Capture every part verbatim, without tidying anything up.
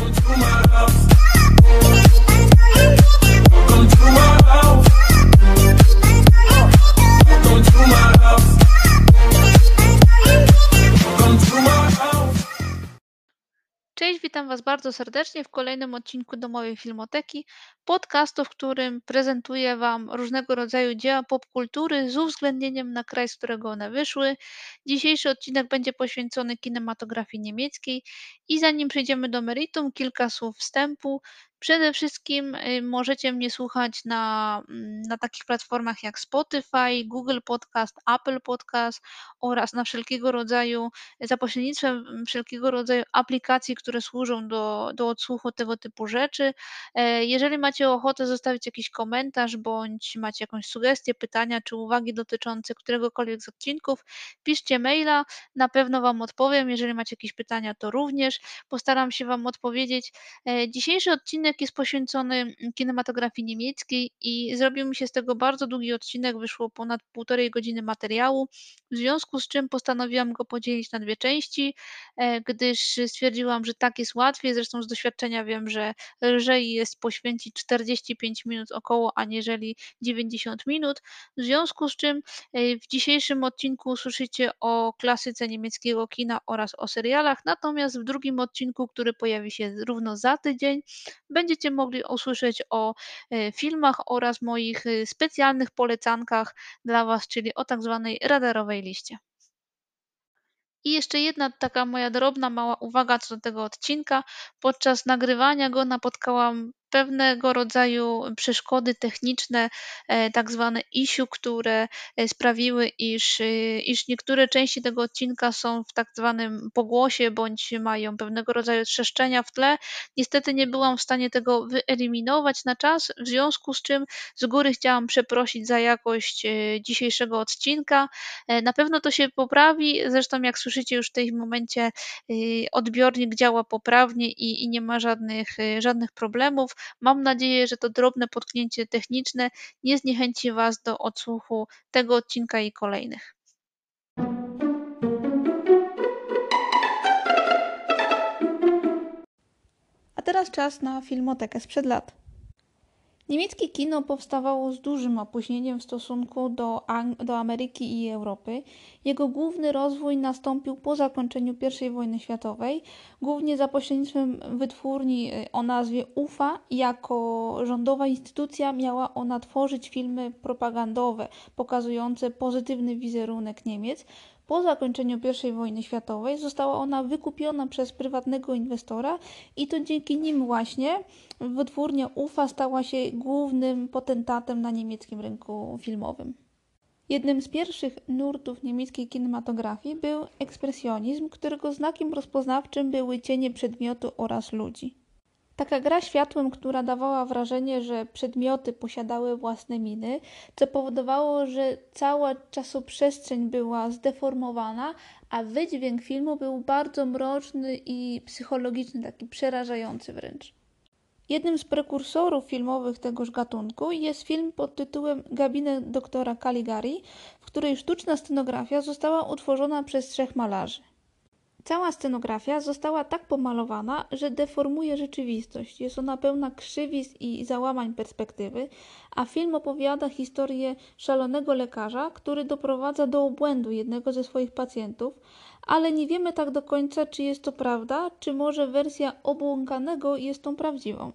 to my house. Welcome to my house. Welcome to my house. Welcome to my house. Cześć, witam Was bardzo serdecznie w kolejnym odcinku Domowej Filmoteki, podcastu, w którym prezentuję Wam różnego rodzaju dzieła popkultury z uwzględnieniem na kraj, z którego one wyszły. Dzisiejszy odcinek będzie poświęcony kinematografii niemieckiej i zanim przejdziemy do meritum, kilka słów wstępu. Przede wszystkim y, możecie mnie słuchać na, mm, na takich platformach jak Spotify, Google Podcast, Apple Podcast oraz na wszelkiego rodzaju za pośrednictwem mm, wszelkiego rodzaju aplikacji, które służą do, do odsłuchu tego typu rzeczy. E, Jeżeli macie ochotę zostawić jakiś komentarz, bądź macie jakąś sugestię, pytania czy uwagi dotyczące któregokolwiek z odcinków, piszcie maila, na pewno Wam odpowiem. Jeżeli macie jakieś pytania, to również postaram się Wam odpowiedzieć. E, Dzisiejszy odcinek jest poświęcony mm, kinematografii niemieckiej i zrobił mi się z tego bardzo długi odcinek, wyszło ponad półtorej godziny materiału, w związku z czym postanowiłam go podzielić na dwie części, e, gdyż stwierdziłam, że tak jest łatwiej. Zresztą z doświadczenia wiem, że lżej jest poświęcić czterdzieści pięć minut około, aniżeli dziewięćdziesiąt minut. W związku z czym e, w dzisiejszym odcinku usłyszycie o klasyce niemieckiego kina oraz o serialach, natomiast w drugim odcinku, który pojawi się równo za tydzień, będziecie mogli usłyszeć o e, filmach oraz moich e, specjalnych polecankach dla Was, czyli o tak zwanej radarowej liście. I jeszcze jedna taka moja drobna, mała uwaga co do tego odcinka. Podczas nagrywania go napotkałam pewnego rodzaju przeszkody techniczne, e, tak zwane issue, które e, sprawiły, iż, e, iż niektóre części tego odcinka są w tak zwanym pogłosie bądź mają pewnego rodzaju trzeszczenia w tle. Niestety nie byłam w stanie tego wyeliminować na czas, w związku z czym z góry chciałam przeprosić za jakość e, dzisiejszego odcinka. E, Na pewno to się poprawi. Zresztą, jak słyszycie, już w tym momencie y, odbiornik działa poprawnie i, i nie ma żadnych, y, żadnych problemów. Mam nadzieję, że to drobne potknięcie techniczne nie zniechęci Was do odsłuchu tego odcinka i kolejnych. A teraz czas na filmotekę sprzed lat. Niemieckie kino powstawało z dużym opóźnieniem w stosunku do, Ang- do Ameryki i Europy. Jego główny rozwój nastąpił po zakończeniu pierwszej wojny światowej, głównie za pośrednictwem wytwórni y, o nazwie U F A. Jako rządowa instytucja miała ona tworzyć filmy propagandowe pokazujące pozytywny wizerunek Niemiec. Po zakończeniu pierwszej wojny światowej została ona wykupiona przez prywatnego inwestora i to dzięki nim właśnie wytwórnia U F A stała się głównym potentatem na niemieckim rynku filmowym. Jednym z pierwszych nurtów niemieckiej kinematografii był ekspresjonizm, którego znakiem rozpoznawczym były cienie przedmiotu oraz ludzi. Taka gra światłem, która dawała wrażenie, że przedmioty posiadały własne miny, co powodowało, że cała czasoprzestrzeń była zdeformowana, a wydźwięk filmu był bardzo mroczny i psychologiczny, taki przerażający wręcz. Jednym z prekursorów filmowych tegoż gatunku jest film pod tytułem Gabinet doktora Caligari, w której sztuczna scenografia została utworzona przez trzech malarzy. Cała scenografia została tak pomalowana, że deformuje rzeczywistość. Jest ona pełna krzywisk i załamań perspektywy, a film opowiada historię szalonego lekarza, który doprowadza do obłędu jednego ze swoich pacjentów, ale nie wiemy tak do końca, czy jest to prawda, czy może wersja obłąkanego jest tą prawdziwą.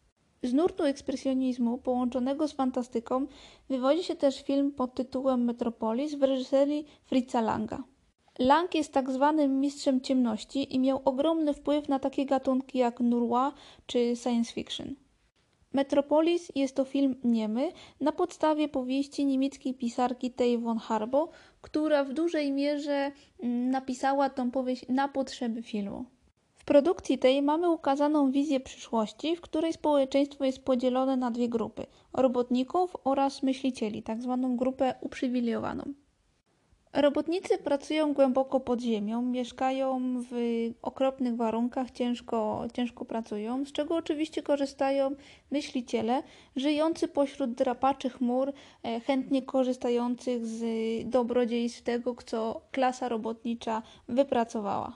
Z nurtu ekspresjonizmu połączonego z fantastyką wywodzi się też film pod tytułem Metropolis w reżyserii Fritza Langa. Lang jest tak zwanym mistrzem ciemności i miał ogromny wpływ na takie gatunki jak noir czy science fiction. Metropolis jest to film niemy na podstawie powieści niemieckiej pisarki Tej von Harbo, która w dużej mierze napisała tę powieść na potrzeby filmu. W produkcji tej mamy ukazaną wizję przyszłości, w której społeczeństwo jest podzielone na dwie grupy – robotników oraz myślicieli, tak zwaną grupę uprzywilejowaną. Robotnicy pracują głęboko pod ziemią, mieszkają w okropnych warunkach, ciężko, ciężko pracują, z czego oczywiście korzystają myśliciele, żyjący pośród drapaczy chmur, chętnie korzystających z dobrodziejstw tego, co klasa robotnicza wypracowała.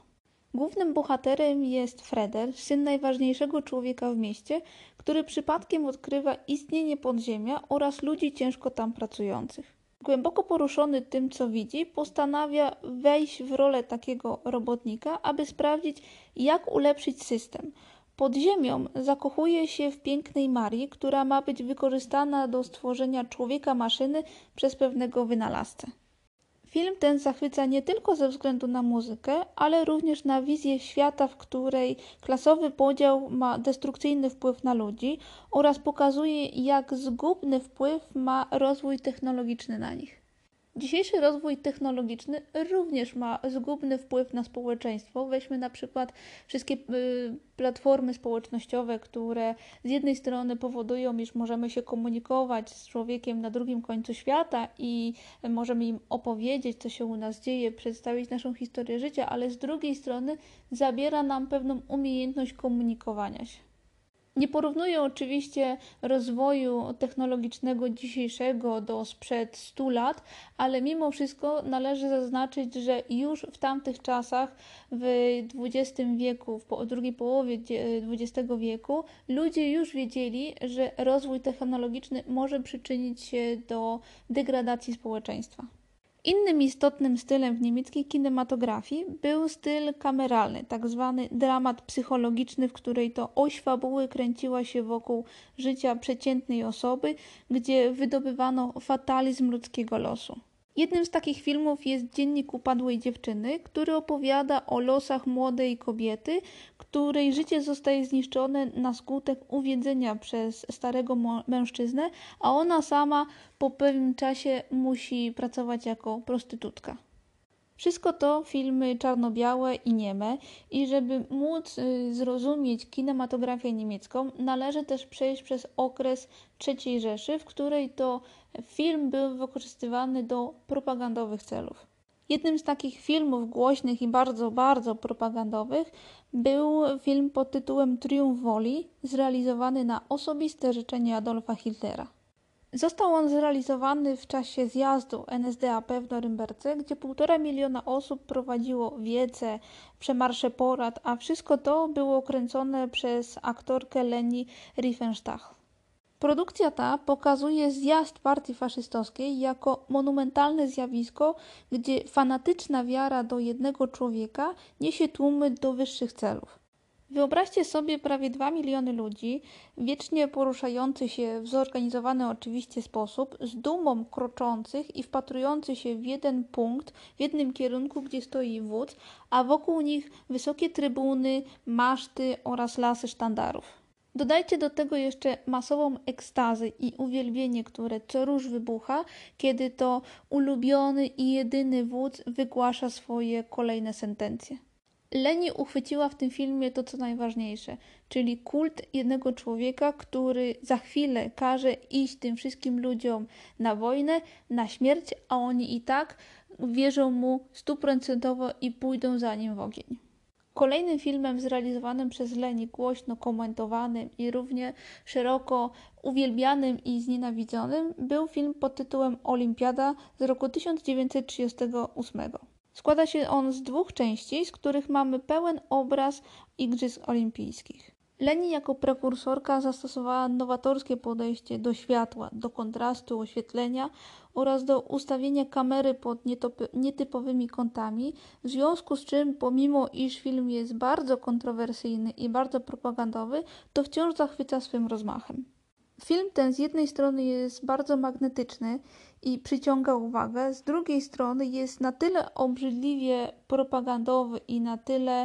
Głównym bohaterem jest Freder, syn najważniejszego człowieka w mieście, który przypadkiem odkrywa istnienie podziemia oraz ludzi ciężko tam pracujących. Głęboko poruszony tym, co widzi, postanawia wejść w rolę takiego robotnika, aby sprawdzić, jak ulepszyć system. Pod ziemią zakochuje się w pięknej Marii, która ma być wykorzystana do stworzenia człowieka-maszyny przez pewnego wynalazcę. Film ten zachwyca nie tylko ze względu na muzykę, ale również na wizję świata, w której klasowy podział ma destrukcyjny wpływ na ludzi oraz pokazuje, jak zgubny wpływ ma rozwój technologiczny na nich. Dzisiejszy rozwój technologiczny również ma zgubny wpływ na społeczeństwo. Weźmy na przykład wszystkie y, platformy społecznościowe, które z jednej strony powodują, iż możemy się komunikować z człowiekiem na drugim końcu świata i możemy im opowiedzieć, co się u nas dzieje, przedstawić naszą historię życia, ale z drugiej strony zabiera nam pewną umiejętność komunikowania się. Nie porównuję oczywiście rozwoju technologicznego dzisiejszego do sprzed stu lat, ale mimo wszystko należy zaznaczyć, że już w tamtych czasach, w dwudziestym wieku, w drugiej połowie dwudziestego wieku, ludzie już wiedzieli, że rozwój technologiczny może przyczynić się do degradacji społeczeństwa. Innym istotnym stylem w niemieckiej kinematografii był styl kameralny, tak zwany dramat psychologiczny, w której to oś fabuły kręciła się wokół życia przeciętnej osoby, gdzie wydobywano fatalizm ludzkiego losu. Jednym z takich filmów jest Dziennik upadłej dziewczyny, który opowiada o losach młodej kobiety, której życie zostaje zniszczone na skutek uwięzienia przez starego mężczyznę, a ona sama po pewnym czasie musi pracować jako prostytutka. Wszystko to filmy czarno-białe i nieme i żeby móc y, zrozumieć kinematografię niemiecką, należy też przejść przez okres trzeciej Rzeszy, w której to film był wykorzystywany do propagandowych celów. Jednym z takich filmów głośnych i bardzo, bardzo propagandowych był film pod tytułem Triumf Woli, zrealizowany na osobiste życzenie Adolfa Hitlera. Został on zrealizowany w czasie zjazdu N S D A P w Norymberce, gdzie półtora miliona osób prowadziło wiece, przemarsze porad, a wszystko to było kręcone przez aktorkę Leni Riefenstahl. Produkcja ta pokazuje zjazd partii faszystowskiej jako monumentalne zjawisko, gdzie fanatyczna wiara do jednego człowieka niesie tłumy do wyższych celów. Wyobraźcie sobie prawie dwa miliony ludzi, wiecznie poruszających się w zorganizowany oczywiście sposób, z dumą kroczących i wpatrujących się w jeden punkt, w jednym kierunku, gdzie stoi wódz, a wokół nich wysokie trybuny, maszty oraz lasy sztandarów. Dodajcie do tego jeszcze masową ekstazę i uwielbienie, które co róż wybucha, kiedy to ulubiony i jedyny wódz wygłasza swoje kolejne sentencje. Leni uchwyciła w tym filmie to, co najważniejsze, czyli kult jednego człowieka, który za chwilę każe iść tym wszystkim ludziom na wojnę, na śmierć, a oni i tak wierzą mu stuprocentowo i pójdą za nim w ogień. Kolejnym filmem zrealizowanym przez Leni, głośno komentowanym i równie szeroko uwielbianym i znienawidzonym, był film pod tytułem Olimpiada z roku tysiąc dziewięćset trzydziestego ósmego. Składa się on z dwóch części, z których mamy pełen obraz Igrzysk Olimpijskich. Leni jako prekursorka zastosowała nowatorskie podejście do światła, do kontrastu oświetlenia oraz do ustawienia kamery pod nietypowymi kątami, w związku z czym pomimo iż film jest bardzo kontrowersyjny i bardzo propagandowy, to wciąż zachwyca swym rozmachem. Film ten z jednej strony jest bardzo magnetyczny i przyciąga uwagę, z drugiej strony jest na tyle obrzydliwie propagandowy i na tyle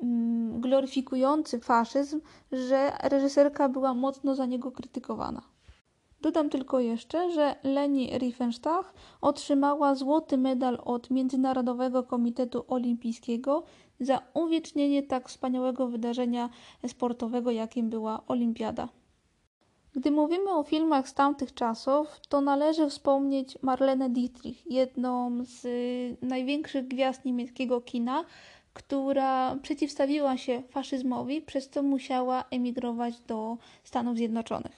mm, gloryfikujący faszyzm, że reżyserka była mocno za niego krytykowana. Dodam tylko jeszcze, że Leni Riefenstahl otrzymała złoty medal od Międzynarodowego Komitetu Olimpijskiego za uwiecznienie tak wspaniałego wydarzenia sportowego, jakim była Olimpiada. Gdy mówimy o filmach z tamtych czasów, to należy wspomnieć Marlene Dietrich, jedną z największych gwiazd niemieckiego kina, która przeciwstawiła się faszyzmowi, przez co musiała emigrować do Stanów Zjednoczonych.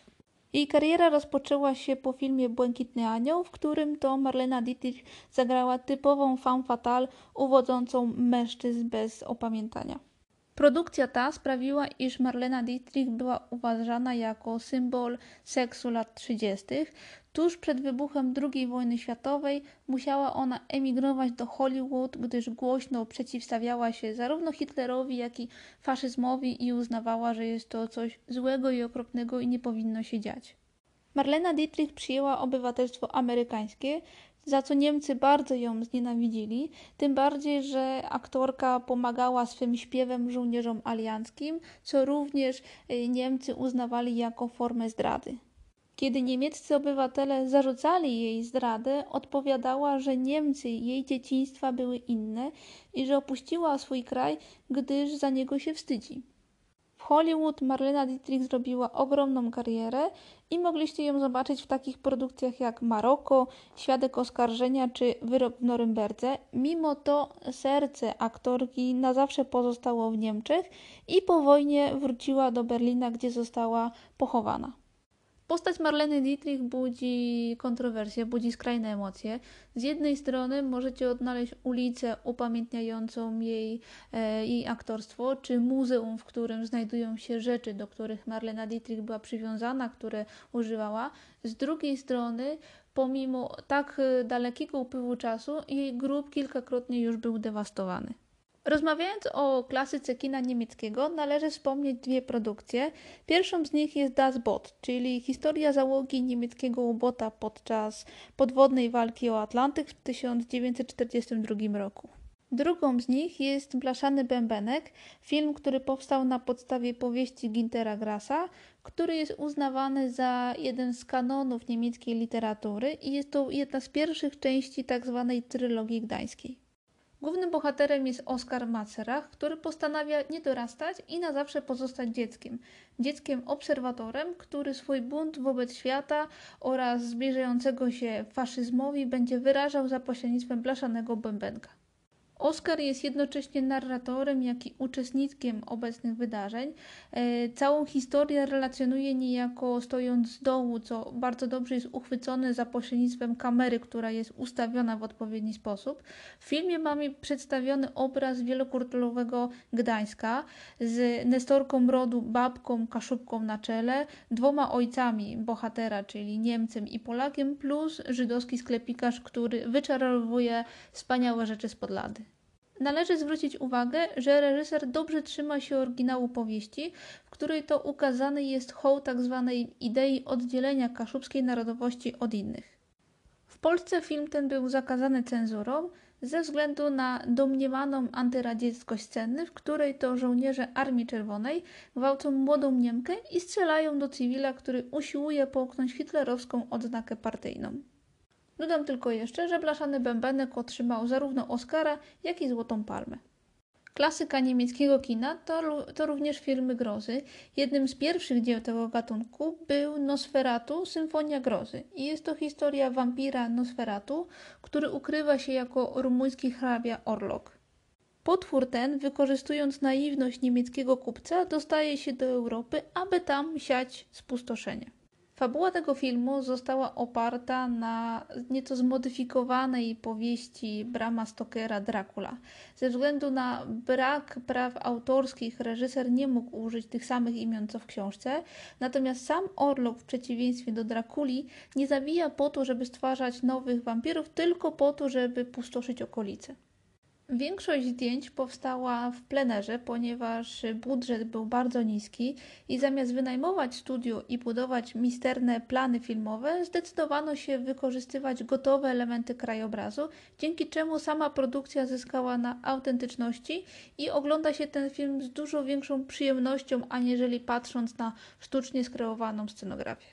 Jej kariera rozpoczęła się po filmie Błękitny Anioł, w którym to Marlena Dietrich zagrała typową femme fatale uwodzącą mężczyzn bez opamiętania. Produkcja ta sprawiła, iż Marlena Dietrich była uważana jako symbol seksu lat trzydziestych. Tuż przed wybuchem drugiej wojny światowej musiała ona emigrować do Hollywood, gdyż głośno przeciwstawiała się zarówno Hitlerowi, jak i faszyzmowi i uznawała, że jest to coś złego i okropnego i nie powinno się dziać. Marlena Dietrich przyjęła obywatelstwo amerykańskie, za co Niemcy bardzo ją znienawidzili, tym bardziej, że aktorka pomagała swym śpiewem żołnierzom alianckim, co również Niemcy uznawali jako formę zdrady. Kiedy niemieccy obywatele zarzucali jej zdradę, odpowiadała, że Niemcy jej dzieciństwa były inne i że opuściła swój kraj, gdyż za niego się wstydzi. W Hollywood Marlena Dietrich zrobiła ogromną karierę i mogliście ją zobaczyć w takich produkcjach jak Maroko, Świadek oskarżenia czy Wyrok w Norymberdze. Mimo to serce aktorki na zawsze pozostało w Niemczech i po wojnie wróciła do Berlina, gdzie została pochowana. Postać Marleny Dietrich budzi kontrowersje, budzi skrajne emocje. Z jednej strony możecie odnaleźć ulicę upamiętniającą jej, e, jej aktorstwo, czy muzeum, w którym znajdują się rzeczy, do których Marlena Dietrich była przywiązana, które używała. Z drugiej strony, pomimo tak dalekiego upływu czasu, jej grób kilkakrotnie już był dewastowany. Rozmawiając o klasyce kina niemieckiego, należy wspomnieć dwie produkcje. Pierwszą z nich jest Das Boot, czyli historia załogi niemieckiego ubota podczas podwodnej walki o Atlantyk w tysiąc dziewięćset czterdziestym drugim roku. Drugą z nich jest Blaszany Bębenek, film, który powstał na podstawie powieści Günthera Grassa, który jest uznawany za jeden z kanonów niemieckiej literatury i jest to jedna z pierwszych części tzw. trylogii gdańskiej. Głównym bohaterem jest Oskar Macerach, który postanawia nie dorastać i na zawsze pozostać dzieckiem. Dzieckiem obserwatorem, który swój bunt wobec świata oraz zbliżającego się faszyzmowi będzie wyrażał za pośrednictwem blaszanego bębenka. Oskar jest jednocześnie narratorem, jak i uczestnikiem obecnych wydarzeń. E, całą historię relacjonuje niejako stojąc z dołu, co bardzo dobrze jest uchwycone za pośrednictwem kamery, która jest ustawiona w odpowiedni sposób. W filmie mamy przedstawiony obraz wielokulturowego Gdańska z nestorką rodu, babką, kaszubką na czele, dwoma ojcami bohatera, czyli Niemcem i Polakiem, plus żydowski sklepikarz, który wyczarowuje wspaniałe rzeczy spod lady. Należy zwrócić uwagę, że reżyser dobrze trzyma się oryginału powieści, w której to ukazany jest hołd tzw. idei oddzielenia kaszubskiej narodowości od innych. W Polsce film ten był zakazany cenzurą ze względu na domniemaną antyradzieckość sceny, w której to żołnierze Armii Czerwonej gwałcą młodą Niemkę i strzelają do cywila, który usiłuje połknąć hitlerowską odznakę partyjną. Dodam tylko jeszcze, że Blaszany Bębenek otrzymał zarówno Oscara, jak i Złotą Palmę. Klasyka niemieckiego kina to, to również filmy grozy. Jednym z pierwszych dzieł tego gatunku był Nosferatu, Symfonia Grozy. I jest to historia wampira Nosferatu, który ukrywa się jako rumuński hrabia Orlok. Potwór ten, wykorzystując naiwność niemieckiego kupca, dostaje się do Europy, aby tam siać spustoszenie. Fabuła tego filmu została oparta na nieco zmodyfikowanej powieści Brama Stokera Dracula. Ze względu na brak praw autorskich reżyser nie mógł użyć tych samych imion co w książce, natomiast sam Orlok w przeciwieństwie do Drakuli nie zabija po to, żeby stwarzać nowych wampirów, tylko po to, żeby pustoszyć okolice. Większość zdjęć powstała w plenerze, ponieważ budżet był bardzo niski i zamiast wynajmować studio i budować misterne plany filmowe, zdecydowano się wykorzystywać gotowe elementy krajobrazu, dzięki czemu sama produkcja zyskała na autentyczności i ogląda się ten film z dużo większą przyjemnością, aniżeli patrząc na sztucznie skreowaną scenografię.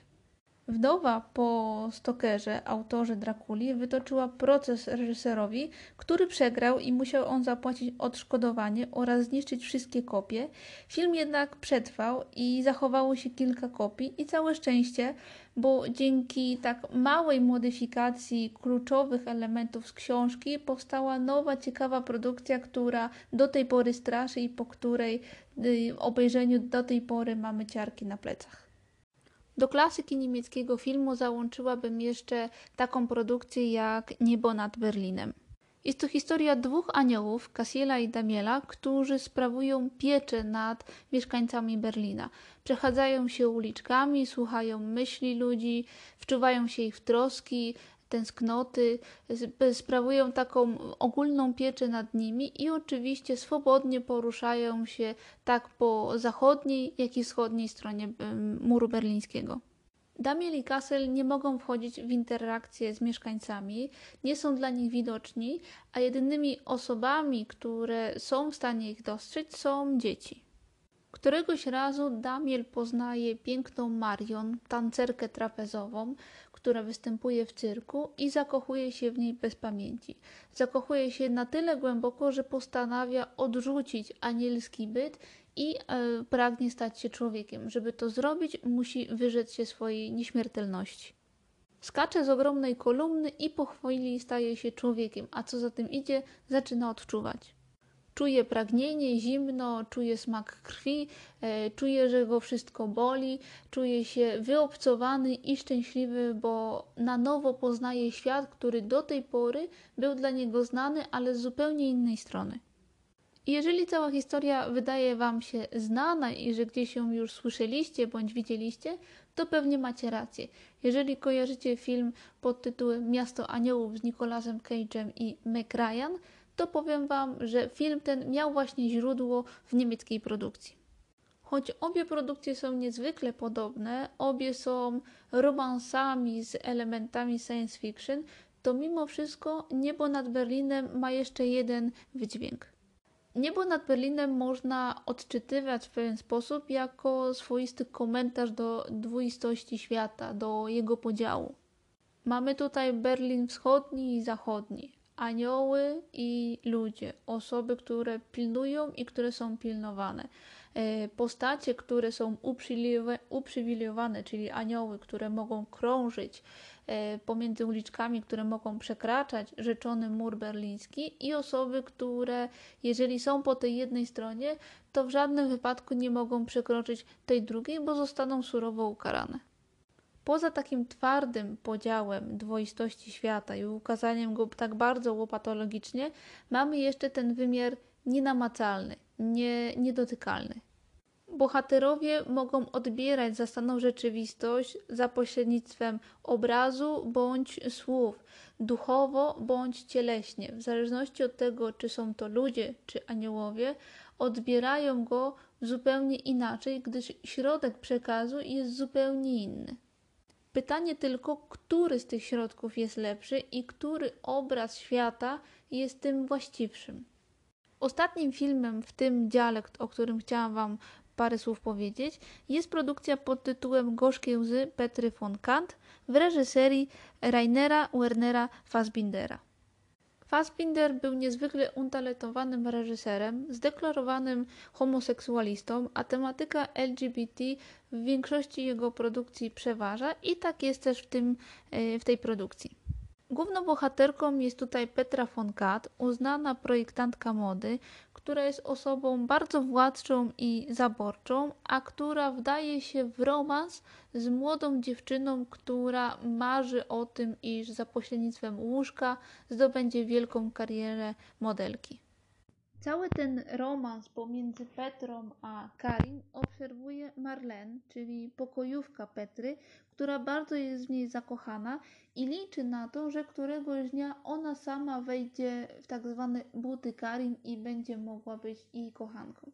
Wdowa po Stokerze, autorze Drakuli, wytoczyła proces reżyserowi, który przegrał i musiał on zapłacić odszkodowanie oraz zniszczyć wszystkie kopie. Film jednak przetrwał i zachowało się kilka kopii i całe szczęście, bo dzięki tak małej modyfikacji kluczowych elementów z książki powstała nowa, ciekawa produkcja, która do tej pory straszy i po której y, obejrzeniu do tej pory mamy ciarki na plecach. Do klasyki niemieckiego filmu załączyłabym jeszcze taką produkcję jak Niebo nad Berlinem. Jest to historia dwóch aniołów, Cassiela i Damiela, którzy sprawują pieczę nad mieszkańcami Berlina. Przechadzają się uliczkami, słuchają myśli ludzi, wczuwają się ich w troski, tęsknoty, sprawują taką ogólną pieczę nad nimi i oczywiście swobodnie poruszają się tak po zachodniej, jak i wschodniej stronie muru berlińskiego. Damiel i Cassel nie mogą wchodzić w interakcję z mieszkańcami, nie są dla nich widoczni, a jedynymi osobami, które są w stanie ich dostrzec, są dzieci. Któregoś razu Damiel poznaje piękną Marion, tancerkę trapezową, która występuje w cyrku i zakochuje się w niej bez pamięci. Zakochuje się na tyle głęboko, że postanawia odrzucić anielski byt i e, pragnie stać się człowiekiem. Żeby to zrobić, musi wyrzec się swojej nieśmiertelności. Skacze z ogromnej kolumny i po chwili staje się człowiekiem, a co za tym idzie, zaczyna odczuwać. Czuje pragnienie, zimno, czuje smak krwi, e, czuje, że go wszystko boli, czuje się wyobcowany i szczęśliwy, bo na nowo poznaje świat, który do tej pory był dla niego znany, ale z zupełnie innej strony. I jeżeli cała historia wydaje Wam się znana i że gdzieś ją już słyszeliście bądź widzieliście, to pewnie macie rację. Jeżeli kojarzycie film pod tytułem Miasto Aniołów z Nicolasem Cage'em i Meg Ryan, to powiem Wam, że film ten miał właśnie źródło w niemieckiej produkcji. Choć obie produkcje są niezwykle podobne, obie są romansami z elementami science fiction, to mimo wszystko Niebo nad Berlinem ma jeszcze jeden wydźwięk. Niebo nad Berlinem można odczytywać w pewien sposób jako swoisty komentarz do dwuistości świata, do jego podziału. Mamy tutaj Berlin wschodni i zachodni, anioły i ludzie, osoby, które pilnują i które są pilnowane. Postacie, które są uprzywilejowane, czyli anioły, które mogą krążyć pomiędzy uliczkami, które mogą przekraczać rzeczony mur berliński i osoby, które jeżeli są po tej jednej stronie, to w żadnym wypadku nie mogą przekroczyć tej drugiej, bo zostaną surowo ukarane. Poza takim twardym podziałem dwoistości świata i ukazaniem go tak bardzo łopatologicznie, mamy jeszcze ten wymiar nienamacalny, nie, niedotykalny. Bohaterowie mogą odbierać zastaną rzeczywistość za pośrednictwem obrazu bądź słów, duchowo bądź cieleśnie. W zależności od tego, czy są to ludzie, czy aniołowie, odbierają go zupełnie inaczej, gdyż środek przekazu jest zupełnie inny. Pytanie tylko, który z tych środków jest lepszy i który obraz świata jest tym właściwszym. Ostatnim filmem w tym dziale, o którym chciałam Wam parę słów powiedzieć, jest produkcja pod tytułem Gorzkie łzy Petry von Kant w reżyserii Rainera Wernera Fassbindera. Fassbinder był niezwykle utalentowanym reżyserem, zdeklarowanym homoseksualistą, a tematyka L G B T w większości jego produkcji przeważa i tak jest też w, tym, w tej produkcji. Główną bohaterką jest tutaj Petra von Kant, uznana projektantka mody, która jest osobą bardzo władczą i zaborczą, a która wdaje się w romans z młodą dziewczyną, która marzy o tym, iż za pośrednictwem łóżka zdobędzie wielką karierę modelki. Cały ten romans pomiędzy Petrą a Karin obserwuje Marlene, czyli pokojówka Petry, która bardzo jest w niej zakochana i liczy na to, że któregoś dnia ona sama wejdzie w tak zwane buty Karin i będzie mogła być jej kochanką.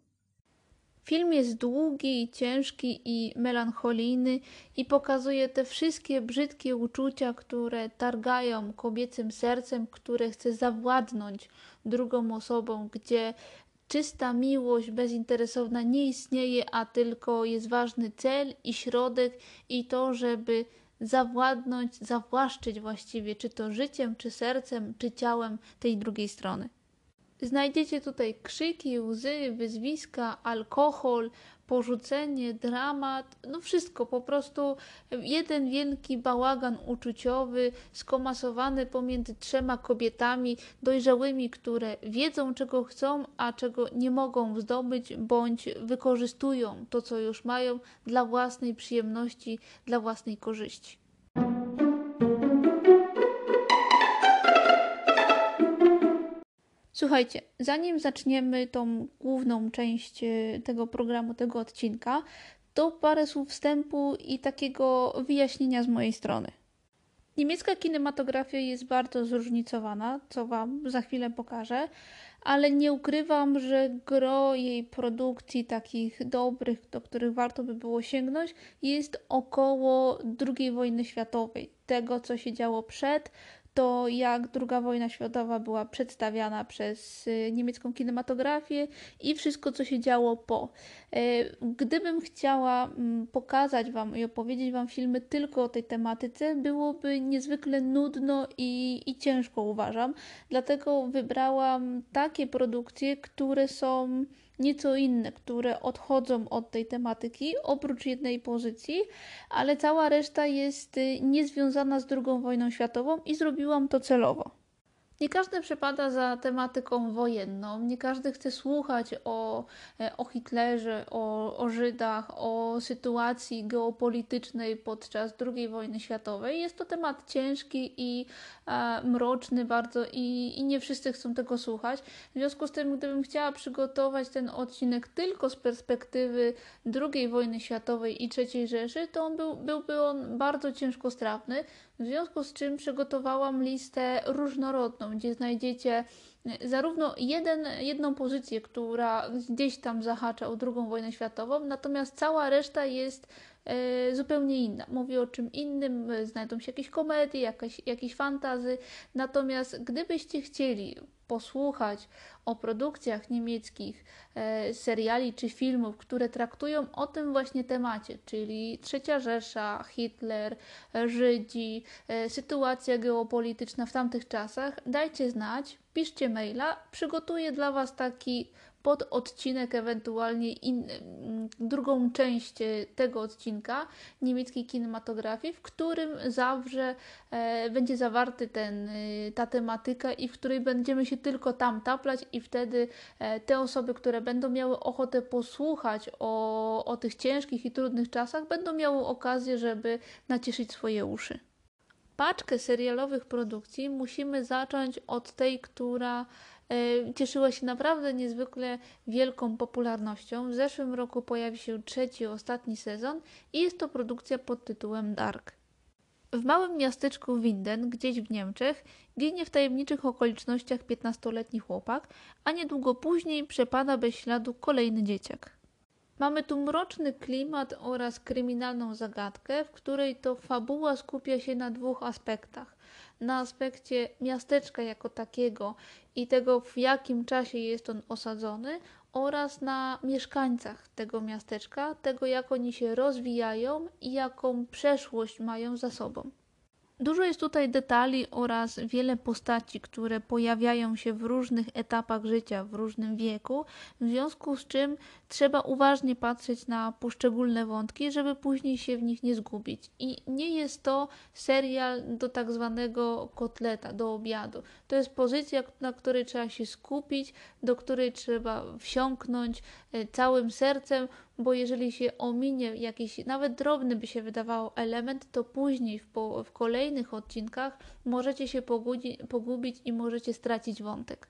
Film jest długi, ciężki i melancholijny i pokazuje te wszystkie brzydkie uczucia, które targają kobiecym sercem, które chce zawładnąć drugą osobą, gdzie czysta miłość bezinteresowna nie istnieje, a tylko jest ważny cel i środek i to, żeby zawładnąć, zawłaszczyć właściwie, czy to życiem, czy sercem, czy ciałem tej drugiej strony. Znajdziecie tutaj krzyki, łzy, wyzwiska, alkohol, porzucenie, dramat, no wszystko, po prostu jeden wielki bałagan uczuciowy, skomasowany pomiędzy trzema kobietami dojrzałymi, które wiedzą, czego chcą, a czego nie mogą zdobyć, bądź wykorzystują to, co już mają dla własnej przyjemności, dla własnej korzyści. Słuchajcie, zanim zaczniemy tą główną część tego programu, tego odcinka, to parę słów wstępu i takiego wyjaśnienia z mojej strony. Niemiecka kinematografia jest bardzo zróżnicowana, co Wam za chwilę pokażę, ale nie ukrywam, że gro jej produkcji takich dobrych, do których warto by było sięgnąć, jest około drugiej wojny światowej. Tego, co się działo przed, to jak druga wojna światowa była przedstawiana przez niemiecką kinematografię i wszystko, co się działo po. Gdybym chciała pokazać Wam i opowiedzieć Wam filmy tylko o tej tematyce, byłoby niezwykle nudno i, i ciężko, uważam. Dlatego wybrałam takie produkcje, które są nieco inne, które odchodzą od tej tematyki, oprócz jednej pozycji, ale cała reszta jest niezwiązana z drugą wojną światową i zrobiłam to celowo. Nie każdy przepada za tematyką wojenną, nie każdy chce słuchać o, o Hitlerze, o, o Żydach, o sytuacji geopolitycznej podczas drugiej wojny światowej. Jest to temat ciężki i e, mroczny bardzo i, i nie wszyscy chcą tego słuchać. W związku z tym, gdybym chciała przygotować ten odcinek tylko z perspektywy drugiej wojny światowej i trzeciej Rzeszy, to on był, byłby on bardzo ciężkostrawny. W związku z czym przygotowałam listę różnorodną, gdzie znajdziecie zarówno jeden, jedną pozycję, która gdzieś tam zahacza o drugą wojnę światową, natomiast cała reszta jest e, zupełnie inna. Mówię o czym innym, znajdą się jakieś komedie, jakieś, jakieś fantazy, natomiast gdybyście chcieli posłuchać o produkcjach niemieckich, e, seriali czy filmów, które traktują o tym właśnie temacie, czyli trzecia Rzesza, Hitler, e, Żydzi, e, sytuacja geopolityczna w tamtych czasach, dajcie znać, piszcie maila, przygotuję dla Was taki pododcinek, ewentualnie in, drugą część tego odcinka niemieckiej kinematografii, w którym zawrze e, będzie zawarty ten, e, ta tematyka i w której będziemy się tylko tam taplać i wtedy e, te osoby, które będą miały ochotę posłuchać o, o tych ciężkich i trudnych czasach, będą miały okazję, żeby nacieszyć swoje uszy. Paczkę serialowych produkcji musimy zacząć od tej, która e, cieszyła się naprawdę niezwykle wielką popularnością. W zeszłym roku pojawi się trzeci, ostatni sezon i jest to produkcja pod tytułem Dark. W małym miasteczku Winden, gdzieś w Niemczech, ginie w tajemniczych okolicznościach piętnastoletni chłopak, a niedługo później przepada bez śladu kolejny dzieciak. Mamy tu mroczny klimat oraz kryminalną zagadkę, w której to fabuła skupia się na dwóch aspektach. Na aspekcie miasteczka jako takiego i tego, w jakim czasie jest on osadzony, oraz na mieszkańcach tego miasteczka, tego jak oni się rozwijają i jaką przeszłość mają za sobą. Dużo jest tutaj detali oraz wiele postaci, które pojawiają się w różnych etapach życia, w różnym wieku, w związku z czym trzeba uważnie patrzeć na poszczególne wątki, żeby później się w nich nie zgubić. I nie jest to serial do tak zwanego kotleta, do obiadu. To jest pozycja, na której trzeba się skupić, do której trzeba wsiąknąć całym sercem, bo jeżeli się ominie jakiś, nawet drobny by się wydawało element, to później w, po, w kolejnych odcinkach możecie się pogudzi, pogubić i możecie stracić wątek.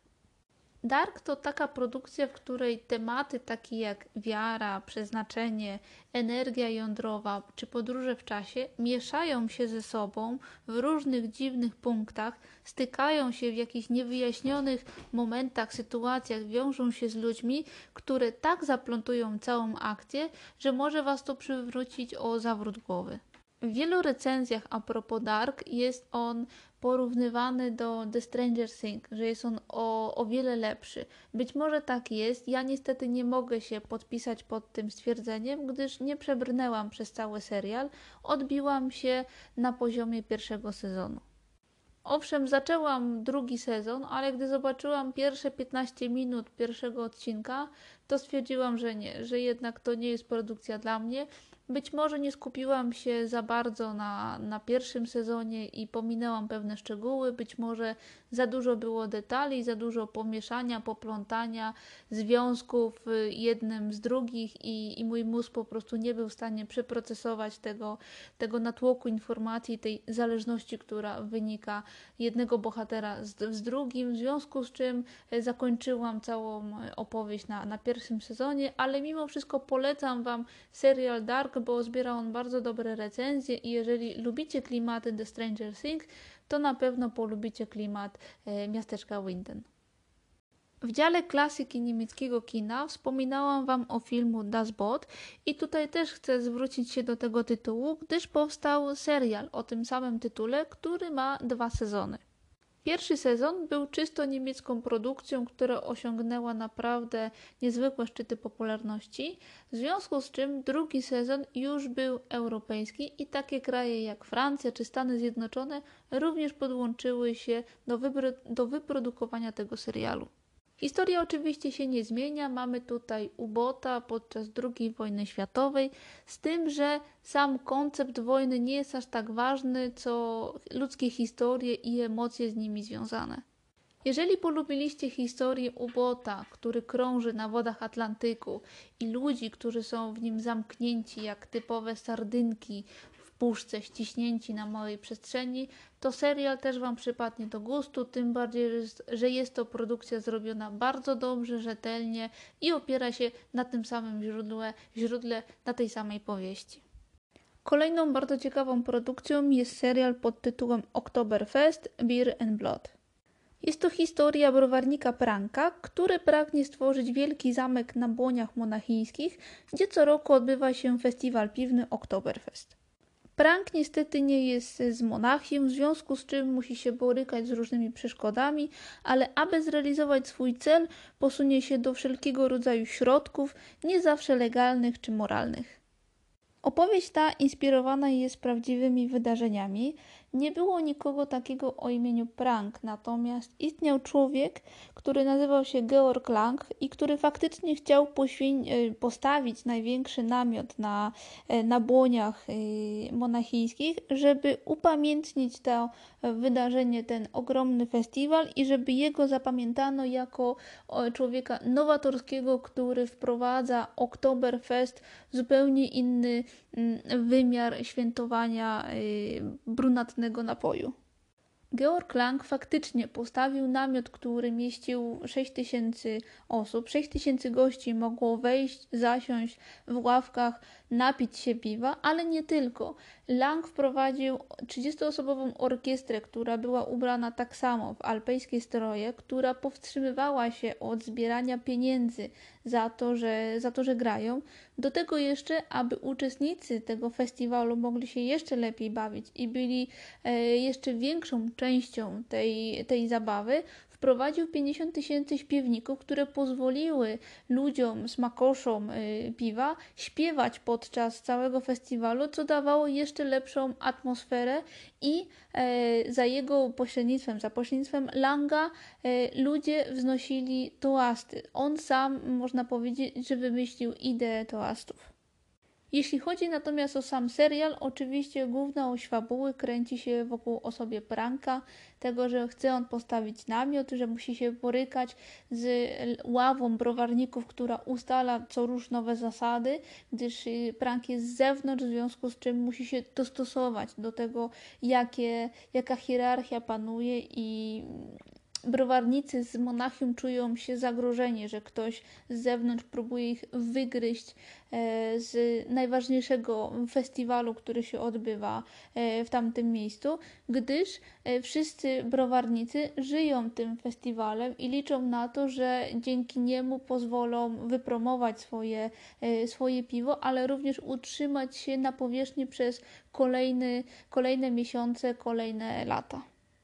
Dark to taka produkcja, w której tematy takie jak wiara, przeznaczenie, energia jądrowa czy podróże w czasie mieszają się ze sobą w różnych dziwnych punktach, stykają się w jakichś niewyjaśnionych momentach, sytuacjach, wiążą się z ludźmi, które tak zaplątują całą akcję, że może Was to przywrócić o zawrót głowy. W wielu recenzjach a propos Dark jest on porównywany do The Stranger Things, że jest on o, o wiele lepszy. Być może tak jest, ja niestety nie mogę się podpisać pod tym stwierdzeniem, gdyż nie przebrnęłam przez cały serial, odbiłam się na poziomie pierwszego sezonu. Owszem, zaczęłam drugi sezon, ale gdy zobaczyłam pierwsze piętnaście minut pierwszego odcinka, to stwierdziłam, że nie, że jednak to nie jest produkcja dla mnie. Być może nie skupiłam się za bardzo na, na pierwszym sezonie i pominęłam pewne szczegóły, być może za dużo było detali, za dużo pomieszania, poplątania związków jednym z drugich i, i mój mózg po prostu nie był w stanie przeprocesować tego, tego natłoku informacji, tej zależności, która wynika jednego bohatera z, z drugim, w związku z czym zakończyłam całą opowieść na, na pierwszym sezonie, ale mimo wszystko polecam Wam serial Dark, bo zbiera on bardzo dobre recenzje i jeżeli lubicie klimaty The Stranger Things, to na pewno polubicie klimat e, miasteczka Winden. W dziale klasyki niemieckiego kina wspominałam Wam o filmu Das Boot i tutaj też chcę zwrócić się do tego tytułu, gdyż powstał serial o tym samym tytule, który ma dwa sezony. Pierwszy sezon był czysto niemiecką produkcją, która osiągnęła naprawdę niezwykłe szczyty popularności, w związku z czym drugi sezon już był europejski i takie kraje jak Francja czy Stany Zjednoczone również podłączyły się do, wypro- do wyprodukowania tego serialu. Historia oczywiście się nie zmienia, mamy tutaj ubota podczas drugiej wojny światowej, z tym, że sam koncept wojny nie jest aż tak ważny, co ludzkie historie i emocje z nimi związane. Jeżeli polubiliście historię ubota, który krąży na wodach Atlantyku i ludzi, którzy są w nim zamknięci jak typowe sardynki w puszce, ściśnięci na małej przestrzeni, to serial też Wam przypadnie do gustu, tym bardziej, że jest to produkcja zrobiona bardzo dobrze, rzetelnie i opiera się na tym samym źródle, źródle na tej samej powieści. Kolejną bardzo ciekawą produkcją jest serial pod tytułem Oktoberfest Beer and Blood. Jest to historia browarnika Pranka, który pragnie stworzyć wielki zamek na błoniach monachijskich, gdzie co roku odbywa się festiwal piwny Oktoberfest. Prank niestety nie jest z Monachium, w związku z czym musi się borykać z różnymi przeszkodami, ale aby zrealizować swój cel, posunie się do wszelkiego rodzaju środków, nie zawsze legalnych czy moralnych. Opowieść ta inspirowana jest prawdziwymi wydarzeniami. Nie było nikogo takiego o imieniu Prank, natomiast istniał człowiek, który nazywał się Georg Lang i który faktycznie chciał poświę- postawić największy namiot na, na błoniach monachijskich, żeby upamiętnić to wydarzenie, ten ogromny festiwal i żeby jego zapamiętano jako człowieka nowatorskiego, który wprowadza Oktoberfest, zupełnie inny wymiar świętowania brunatnego napoju. Georg Lang faktycznie postawił namiot, który mieścił sześć tysięcy osób. sześć tysięcy gości mogło wejść, zasiąść w ławkach, napić się piwa, ale nie tylko. Lang wprowadził trzydziestoosobową orkiestrę, która była ubrana tak samo w alpejskie stroje, która powstrzymywała się od zbierania pieniędzy za to, że, za to, że grają. Do tego jeszcze, aby uczestnicy tego festiwalu mogli się jeszcze lepiej bawić i byli e, jeszcze większą częścią tej, tej zabawy, wprowadził pięćdziesiąt tysięcy śpiewników, które pozwoliły ludziom, smakoszom y, piwa śpiewać podczas całego festiwalu, co dawało jeszcze lepszą atmosferę i e, za jego pośrednictwem, za pośrednictwem Langa e, ludzie wznosili toasty. On sam, można powiedzieć, że wymyślił ideę toastów. Jeśli chodzi natomiast o sam serial, oczywiście główna oś fabuły kręci się wokół osoby Pranka, tego, że chce on postawić namiot, że musi się borykać z ławą browarników, która ustala co rusz nowe zasady, gdyż Prank jest z zewnątrz, w związku z czym musi się dostosować do tego, jakie, jaka hierarchia panuje i browarnicy z Monachium czują się zagrożeni, że ktoś z zewnątrz próbuje ich wygryźć z najważniejszego festiwalu, który się odbywa w tamtym miejscu, gdyż wszyscy browarnicy żyją tym festiwalem i liczą na to, że dzięki niemu pozwolą wypromować swoje, swoje piwo, ale również utrzymać się na powierzchni przez kolejny, kolejne miesiące, kolejne lata.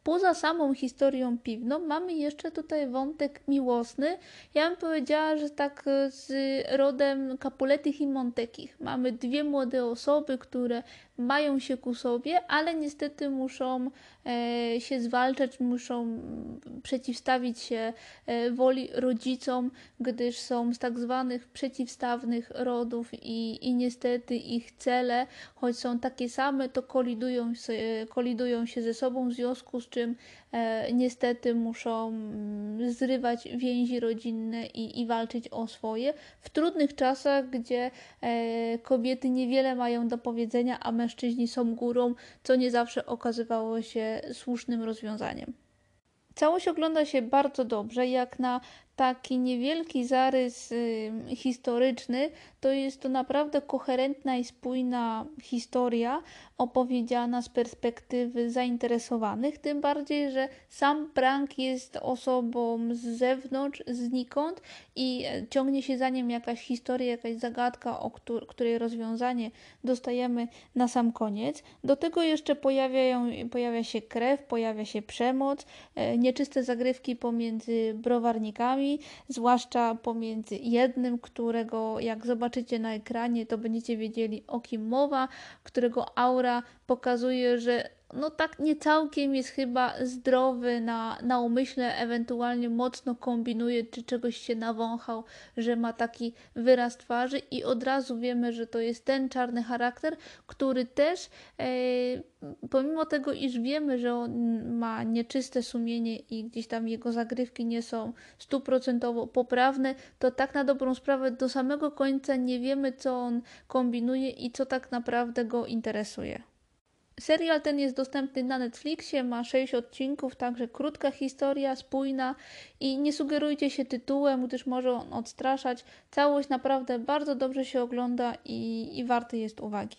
poza samą historią piwną mamy jeszcze tutaj wątek miłosny. Ja bym powiedziała, że tak z rodem Capuletich i Montekich. Mamy dwie młode osoby, które mają się ku sobie, ale niestety muszą e, się zwalczać, muszą przeciwstawić się e, woli rodzicom, gdyż są z tak zwanych przeciwstawnych rodów i, i niestety ich cele, choć są takie same, to kolidują, kolidują się ze sobą, w związku z czym e, niestety muszą mm, zrywać więzi rodzinne i, i walczyć o swoje w trudnych czasach, gdzie e, kobiety niewiele mają do powiedzenia, a mężczyźni są górą, co nie zawsze okazywało się słusznym rozwiązaniem. Całość ogląda się bardzo dobrze, jak na taki niewielki zarys y, historyczny, to jest to naprawdę koherentna i spójna historia opowiedziana z perspektywy zainteresowanych, tym bardziej, że sam Prank jest osobą z zewnątrz, znikąd i ciągnie się za nim jakaś historia, jakaś zagadka, o któr- której rozwiązanie dostajemy na sam koniec. Do tego jeszcze pojawiają, pojawia się krew, pojawia się przemoc, e, nieczyste zagrywki pomiędzy browarnikami, zwłaszcza pomiędzy jednym, którego jak zobaczycie na ekranie, to będziecie wiedzieli, o kim mowa, którego aura pokazuje, że no tak nie całkiem jest chyba zdrowy na, na umyśle, ewentualnie mocno kombinuje, czy czegoś się nawąchał, że ma taki wyraz twarzy i od razu wiemy, że to jest ten czarny charakter, który też e, pomimo tego, iż wiemy, że on ma nieczyste sumienie i gdzieś tam jego zagrywki nie są stuprocentowo poprawne, to tak na dobrą sprawę do samego końca nie wiemy, co on kombinuje i co tak naprawdę go interesuje. Serial ten jest dostępny na Netflixie, ma sześć odcinków, także krótka historia, spójna i nie sugerujcie się tytułem, gdyż może on odstraszać. Całość naprawdę bardzo dobrze się ogląda i, i warty jest uwagi.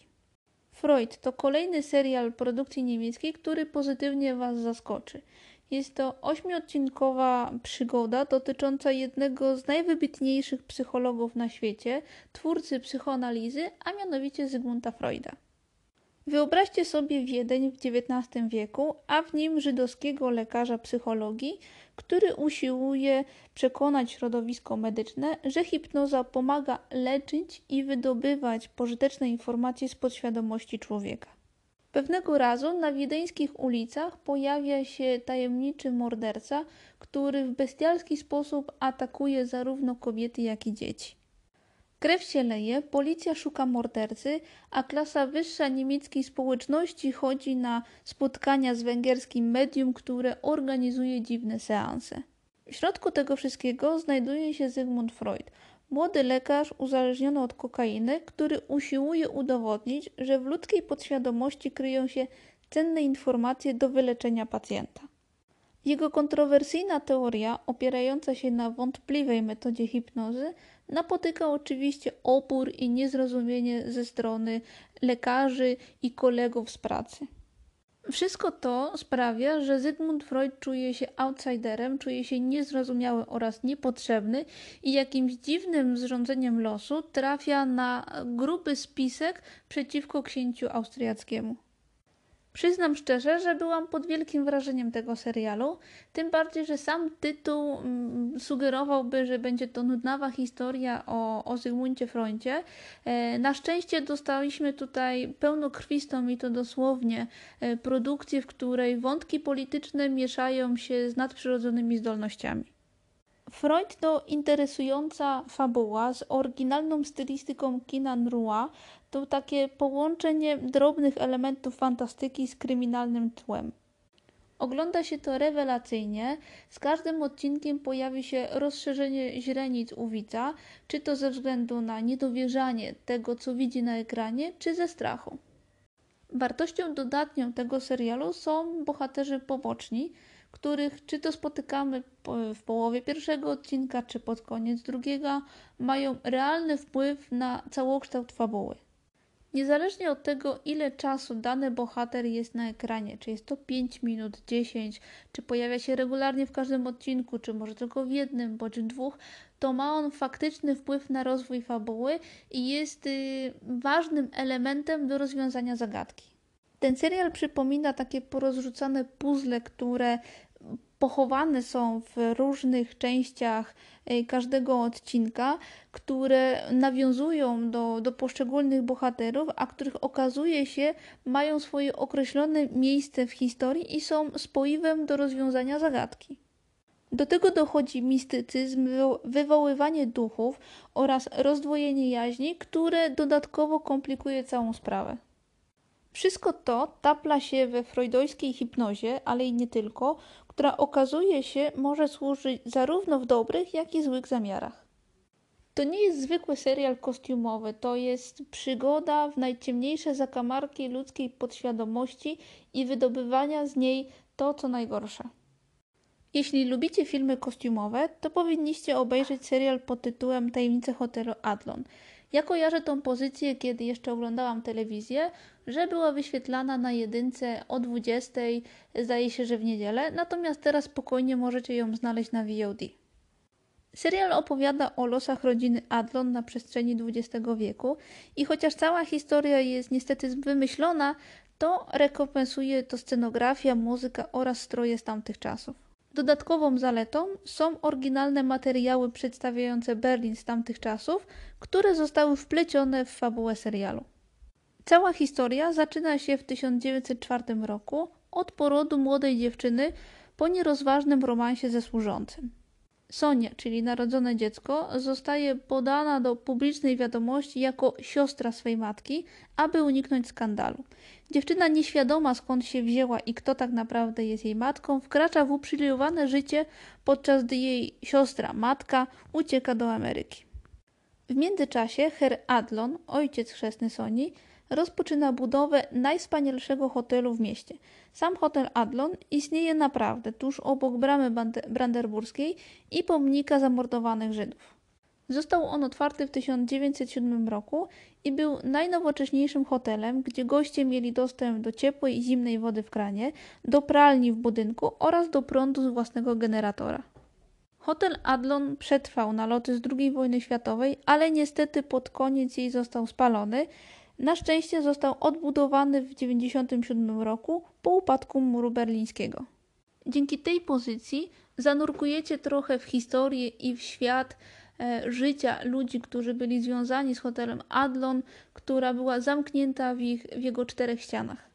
Freud to kolejny serial produkcji niemieckiej, który pozytywnie Was zaskoczy. Jest to ośmiodcinkowa przygoda dotycząca jednego z najwybitniejszych psychologów na świecie, twórcy psychoanalizy, a mianowicie Zygmunta Freuda. Wyobraźcie sobie Wiedeń w dziewiętnastym wieku, a w nim żydowskiego lekarza psychologii, który usiłuje przekonać środowisko medyczne, że hipnoza pomaga leczyć i wydobywać pożyteczne informacje z podświadomości człowieka. Pewnego razu na wiedeńskich ulicach pojawia się tajemniczy morderca, który w bestialski sposób atakuje zarówno kobiety, jak i dzieci. Krew się leje, policja szuka mordercy, a klasa wyższa niemieckiej społeczności chodzi na spotkania z węgierskim medium, które organizuje dziwne seanse. W środku tego wszystkiego znajduje się Zygmunt Freud, młody lekarz uzależniony od kokainy, który usiłuje udowodnić, że w ludzkiej podświadomości kryją się cenne informacje do wyleczenia pacjenta. Jego kontrowersyjna teoria, opierająca się na wątpliwej metodzie hipnozy, napotyka oczywiście opór i niezrozumienie ze strony lekarzy i kolegów z pracy. Wszystko to sprawia, że Zygmunt Freud czuje się outsiderem, czuje się niezrozumiały oraz niepotrzebny i jakimś dziwnym zrządzeniem losu trafia na gruby spisek przeciwko księciu austriackiemu. Przyznam szczerze, że byłam pod wielkim wrażeniem tego serialu, tym bardziej, że sam tytuł mm, sugerowałby, że będzie to nudnawa historia o, o Zygmuncie Freudzie. E, na szczęście dostaliśmy tutaj pełnokrwistą i to dosłownie e, produkcję, w której wątki polityczne mieszają się z nadprzyrodzonymi zdolnościami. Freud to interesująca fabuła z oryginalną stylistyką kina noir, to takie połączenie drobnych elementów fantastyki z kryminalnym tłem. Ogląda się to rewelacyjnie, z każdym odcinkiem pojawi się rozszerzenie źrenic u widza, czy to ze względu na niedowierzanie tego, co widzi na ekranie, czy ze strachu. Wartością dodatnią tego serialu są bohaterzy poboczni, których czy to spotykamy w połowie pierwszego odcinka, czy pod koniec drugiego, mają realny wpływ na całokształt fabuły. Niezależnie od tego, ile czasu dany bohater jest na ekranie, czy jest to pięć minut, dziesięć, czy pojawia się regularnie w każdym odcinku, czy może tylko w jednym, bądź dwóch, to ma on faktyczny wpływ na rozwój fabuły i jest yy, ważnym elementem do rozwiązania zagadki. Ten serial przypomina takie porozrzucane puzzle, które pochowane są w różnych częściach każdego odcinka, które nawiązują do, do poszczególnych bohaterów, a których okazuje się mają swoje określone miejsce w historii i są spoiwem do rozwiązania zagadki. Do tego dochodzi mistycyzm, wywoływanie duchów oraz rozdwojenie jaźni, które dodatkowo komplikuje całą sprawę. Wszystko to tapla się we freudowskiej hipnozie, ale i nie tylko, która okazuje się może służyć zarówno w dobrych, jak i złych zamiarach. To nie jest zwykły serial kostiumowy, to jest przygoda w najciemniejsze zakamarki ludzkiej podświadomości i wydobywania z niej to, co najgorsze. Jeśli lubicie filmy kostiumowe, to powinniście obejrzeć serial pod tytułem Tajemnice hotelu Adlon. Ja kojarzę tą pozycję, kiedy jeszcze oglądałam telewizję, że była wyświetlana na jedynce o dwudziestej, zdaje się, że w niedzielę, natomiast teraz spokojnie możecie ją znaleźć na V O D. Serial opowiada o losach rodziny Adlon na przestrzeni dwudziestego wieku i chociaż cała historia jest niestety wymyślona, to rekompensuje to scenografia, muzyka oraz stroje z tamtych czasów. Dodatkową zaletą są oryginalne materiały przedstawiające Berlin z tamtych czasów, które zostały wplecione w fabułę serialu. Cała historia zaczyna się w tysiąc dziewięćset czwartym roku od porodu młodej dziewczyny po nierozważnym romansie ze służącym. Sonia, czyli narodzone dziecko, zostaje podana do publicznej wiadomości jako siostra swej matki, aby uniknąć skandalu. Dziewczyna nieświadoma, skąd się wzięła i kto tak naprawdę jest jej matką, wkracza w uprzywilejowane życie, podczas gdy jej siostra, matka, ucieka do Ameryki. W międzyczasie Herr Adlon, ojciec chrzestny Soni, rozpoczyna budowę najwspanialszego hotelu w mieście. Sam hotel Adlon istnieje naprawdę tuż obok bramy brandenburskiej i pomnika zamordowanych Żydów. Został on otwarty w tysiąc dziewięćset siódmym roku i był najnowocześniejszym hotelem, gdzie goście mieli dostęp do ciepłej i zimnej wody w kranie, do pralni w budynku oraz do prądu z własnego generatora. Hotel Adlon przetrwał naloty z drugiej wojny światowej, ale niestety pod koniec jej został spalony. Na szczęście został odbudowany w tysiąc dziewięćset dziewięćdziesiątym siódmym roku po upadku muru berlińskiego. Dzięki tej pozycji zanurkujecie trochę w historię i w świat e, życia ludzi, którzy byli związani z hotelem Adlon, która była zamknięta w, ich, w jego czterech ścianach.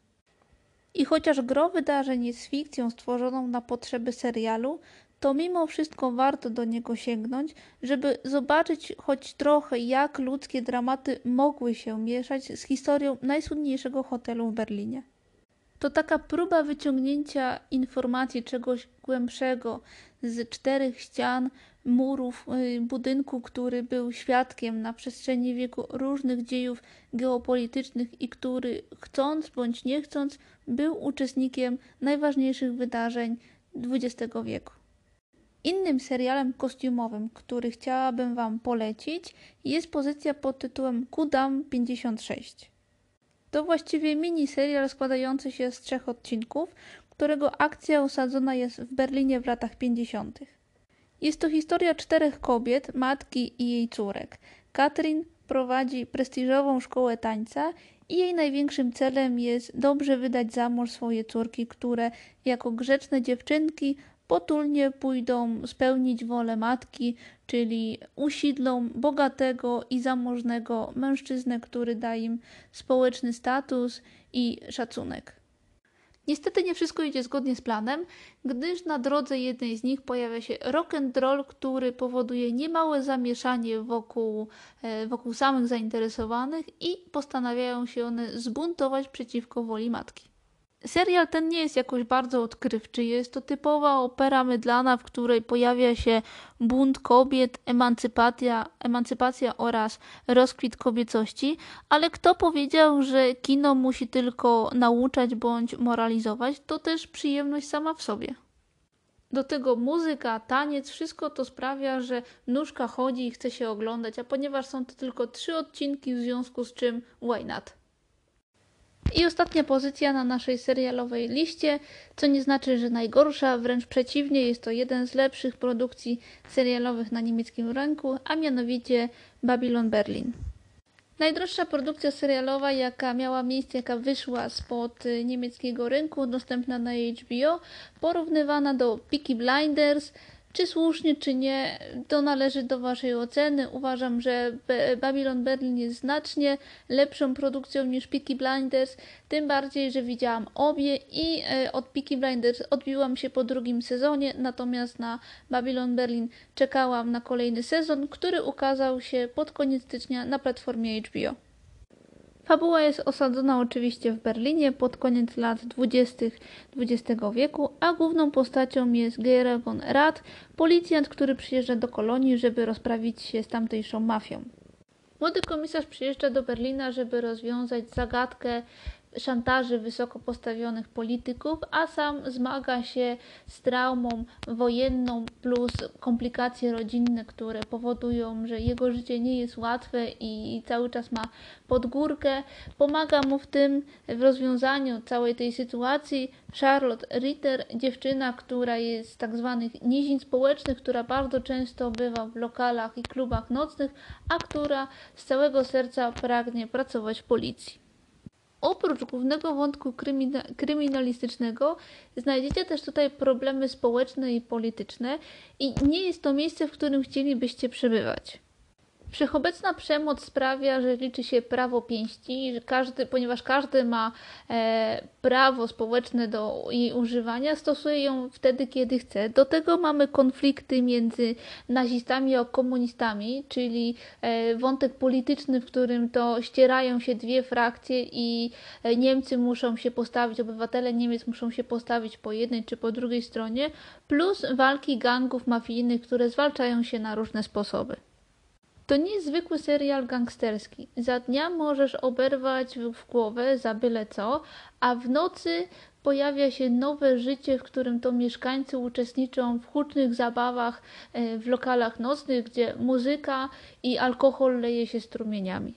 I chociaż gro wydarzeń jest fikcją stworzoną na potrzeby serialu, to mimo wszystko warto do niego sięgnąć, żeby zobaczyć choć trochę, jak ludzkie dramaty mogły się mieszać z historią najsłynniejszego hotelu w Berlinie. To taka próba wyciągnięcia informacji czegoś głębszego z czterech ścian, murów, budynku, który był świadkiem na przestrzeni wieku różnych dziejów geopolitycznych i który, chcąc bądź nie chcąc, był uczestnikiem najważniejszych wydarzeń dwudziestego wieku. Innym serialem kostiumowym, który chciałabym Wam polecić, jest pozycja pod tytułem Kudam pięćdziesiąt sześć. To właściwie miniserial składający się z trzech odcinków, którego akcja osadzona jest w Berlinie w latach pięćdziesiątych. Jest to historia czterech kobiet, matki i jej córek. Katrin prowadzi prestiżową szkołę tańca i jej największym celem jest dobrze wydać za mąż swoje córki, które jako grzeczne dziewczynki potulnie pójdą spełnić wolę matki, czyli usidlą bogatego i zamożnego mężczyznę, który da im społeczny status i szacunek. Niestety nie wszystko idzie zgodnie z planem, gdyż na drodze jednej z nich pojawia się rock'n'roll, który powoduje niemałe zamieszanie wokół, wokół samych zainteresowanych i postanawiają się one zbuntować przeciwko woli matki. Serial ten nie jest jakoś bardzo odkrywczy, jest to typowa opera mydlana, w której pojawia się bunt kobiet, emancypacja, emancypacja oraz rozkwit kobiecości, ale kto powiedział, że kino musi tylko nauczać bądź moralizować, to też przyjemność sama w sobie. Do tego muzyka, taniec, wszystko to sprawia, że nóżka chodzi i chce się oglądać, a ponieważ są to tylko trzy odcinki, w związku z czym why not? I ostatnia pozycja na naszej serialowej liście, co nie znaczy, że najgorsza, wręcz przeciwnie, jest to jeden z lepszych produkcji serialowych na niemieckim rynku, a mianowicie Babylon Berlin. Najdroższa produkcja serialowa, jaka miała miejsce, jaka wyszła spod y, niemieckiego rynku, dostępna na H B O, porównywana do Peaky Blinders. Czy słusznie, czy nie, to należy do Waszej oceny. Uważam, że Babylon Berlin jest znacznie lepszą produkcją niż Peaky Blinders, tym bardziej, że widziałam obie i od Peaky Blinders odbiłam się po drugim sezonie, natomiast na Babylon Berlin czekałam na kolejny sezon, który ukazał się pod koniec stycznia na platformie H B O. Fabuła jest osadzona oczywiście w Berlinie pod koniec lat dwudziestych dwudziestego wieku, a główną postacią jest Geregon Rath, policjant, który przyjeżdża do Kolonii, żeby rozprawić się z tamtejszą mafią. Młody komisarz przyjeżdża do Berlina, żeby rozwiązać zagadkę szantaży wysoko postawionych polityków, a sam zmaga się z traumą wojenną plus komplikacje rodzinne, które powodują, że jego życie nie jest łatwe i cały czas ma pod górkę. Pomaga mu w tym, w rozwiązaniu całej tej sytuacji Charlotte Ritter, dziewczyna, która jest z tak zwanych nizin społecznych, która bardzo często bywa w lokalach i klubach nocnych, a która z całego serca pragnie pracować w policji. Oprócz głównego wątku krymina- kryminalistycznego znajdziecie też tutaj problemy społeczne i polityczne i nie jest to miejsce, w którym chcielibyście przebywać. Wszechobecna przemoc sprawia, że liczy się prawo pięści, że każdy, ponieważ każdy ma e, prawo społeczne do jej używania, stosuje ją wtedy, kiedy chce. Do tego mamy konflikty między nazistami a komunistami, czyli e, wątek polityczny, w którym to ścierają się dwie frakcje i e, Niemcy muszą się postawić, obywatele Niemiec muszą się postawić po jednej czy po drugiej stronie, plus walki gangów mafijnych, które zwalczają się na różne sposoby. To nie jest zwykły serial gangsterski. Za dnia możesz oberwać w głowę za byle co, a w nocy pojawia się nowe życie, w którym to mieszkańcy uczestniczą w hucznych zabawach w lokalach nocnych, gdzie muzyka i alkohol leje się strumieniami.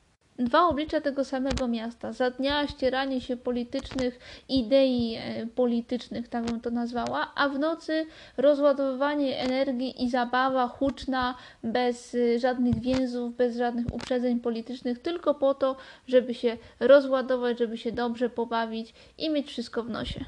Dwa oblicza tego samego miasta. Za dnia ścieranie się politycznych idei e, politycznych, tak bym to nazwała, a w nocy rozładowywanie energii i zabawa huczna, bez e, żadnych więzów, bez żadnych uprzedzeń politycznych, tylko po to, żeby się rozładować, żeby się dobrze pobawić i mieć wszystko w nosie.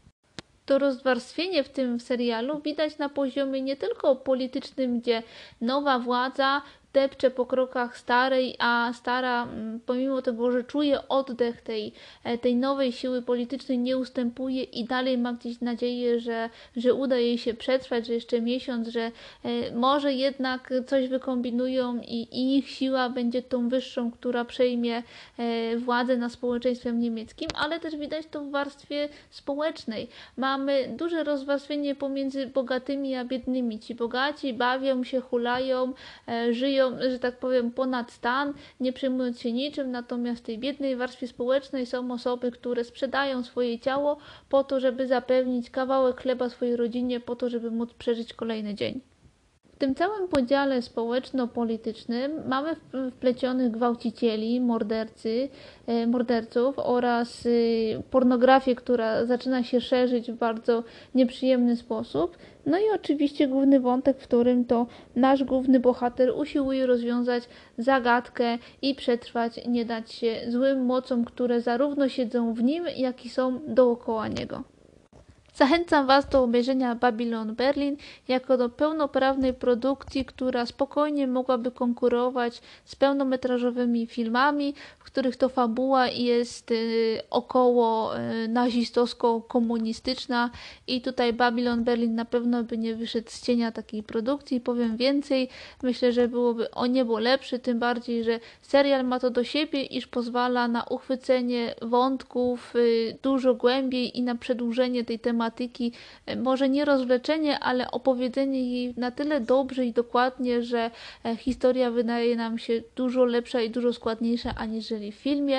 To rozwarstwienie w tym serialu widać na poziomie nie tylko politycznym, gdzie nowa władza depcze po krokach starej, a stara, pomimo tego, że czuje oddech tej, tej nowej siły politycznej, nie ustępuje i dalej ma gdzieś nadzieję, że, że uda jej się przetrwać, że jeszcze miesiąc, że e, może jednak coś wykombinują i, i ich siła będzie tą wyższą, która przejmie e, władzę nad społeczeństwem niemieckim, ale też widać to w warstwie społecznej. Mamy duże rozwarstwienie pomiędzy bogatymi a biednymi. Ci bogaci bawią się, hulają, e, żyją, że tak powiem, ponad stan, nie przejmując się niczym, natomiast w tej biednej warstwie społecznej są osoby, które sprzedają swoje ciało po to, żeby zapewnić kawałek chleba swojej rodzinie, po to, żeby móc przeżyć kolejny dzień. W tym całym podziale społeczno-politycznym mamy wplecionych gwałcicieli, mordercy, morderców oraz pornografię, która zaczyna się szerzyć w bardzo nieprzyjemny sposób. No i oczywiście główny wątek, w którym to nasz główny bohater usiłuje rozwiązać zagadkę i przetrwać, nie dać się złym mocom, które zarówno siedzą w nim, jak i są dookoła niego. Zachęcam Was do obejrzenia Babylon Berlin jako do pełnoprawnej produkcji, która spokojnie mogłaby konkurować z pełnometrażowymi filmami, w których to fabuła jest y, około y, nazistowsko-komunistyczna i tutaj Babylon Berlin na pewno by nie wyszedł z cienia takiej produkcji. Powiem więcej, myślę, że byłoby o niebo lepszy, tym bardziej, że serial ma to do siebie, iż pozwala na uchwycenie wątków y, dużo głębiej i na przedłużenie tej tematyki. Może nie rozwleczenie, ale opowiedzenie jej na tyle dobrze i dokładnie, że historia wydaje nam się dużo lepsza i dużo składniejsza aniżeli w filmie.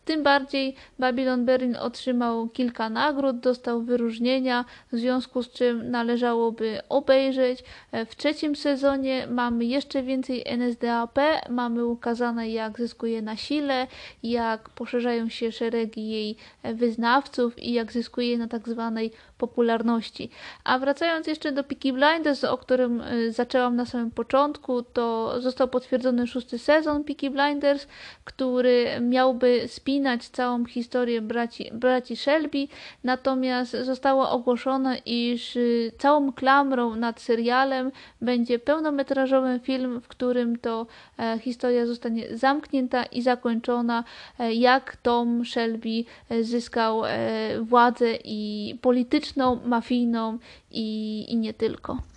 Tym bardziej Babylon Berlin otrzymał kilka nagród, dostał wyróżnienia, w związku z czym należałoby obejrzeć. W trzecim sezonie mamy jeszcze więcej N S D A P, mamy ukazane, jak zyskuje na sile, jak poszerzają się szeregi jej wyznawców i jak zyskuje na tak zwanej popularności. A wracając jeszcze do Peaky Blinders, o którym zaczęłam na samym początku, to został potwierdzony szósty sezon Peaky Blinders, który miałby spinać całą historię braci, braci Shelby, natomiast zostało ogłoszone, iż całą klamrą nad serialem będzie pełnometrażowy film, w którym to e, historia zostanie zamknięta i zakończona, e, jak Tom Shelby zyskał e, władzę i polityczną, mafijną i, i nie tylko.